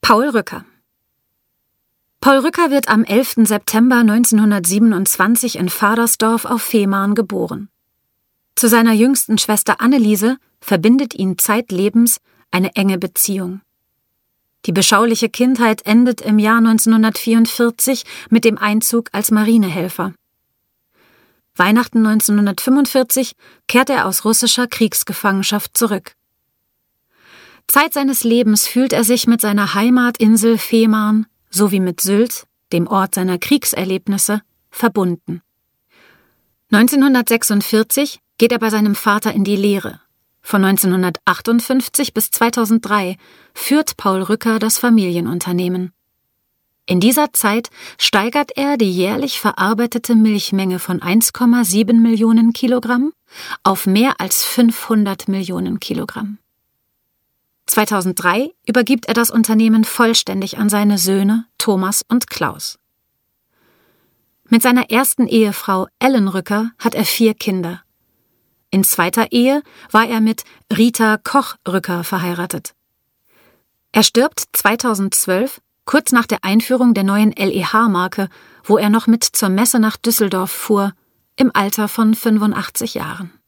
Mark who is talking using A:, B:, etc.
A: Paul Rücker. Paul Rücker wird am 11. September 1927 in Vadersdorf auf Fehmarn geboren. Zu seiner jüngsten Schwester Anneliese verbindet ihn zeitlebens eine enge Beziehung. Die beschauliche Kindheit endet im Jahr 1944 mit dem Einzug als Marinehelfer. Weihnachten 1945 kehrt er aus russischer Kriegsgefangenschaft zurück. Zeit seines Lebens fühlt er sich mit seiner Heimatinsel Fehmarn sowie mit Sylt, dem Ort seiner Kriegserlebnisse, verbunden. 1946 geht er bei seinem Vater in die Lehre. Von 1958 bis 2003 führt Paul Rücker das Familienunternehmen. In dieser Zeit steigert er die jährlich verarbeitete Milchmenge von 1,7 Millionen Kilogramm auf mehr als 500 Millionen Kilogramm. 2003 übergibt er das Unternehmen vollständig an seine Söhne Thomas und Klaus. Mit seiner ersten Ehefrau Ellen Rücker hat er 4 Kinder. In zweiter Ehe war er mit Rita Koch-Rücker verheiratet. Er stirbt 2012, kurz nach der Einführung der neuen LEH-Marke, wo er noch mit zur Messe nach Düsseldorf fuhr, im Alter von 85 Jahren.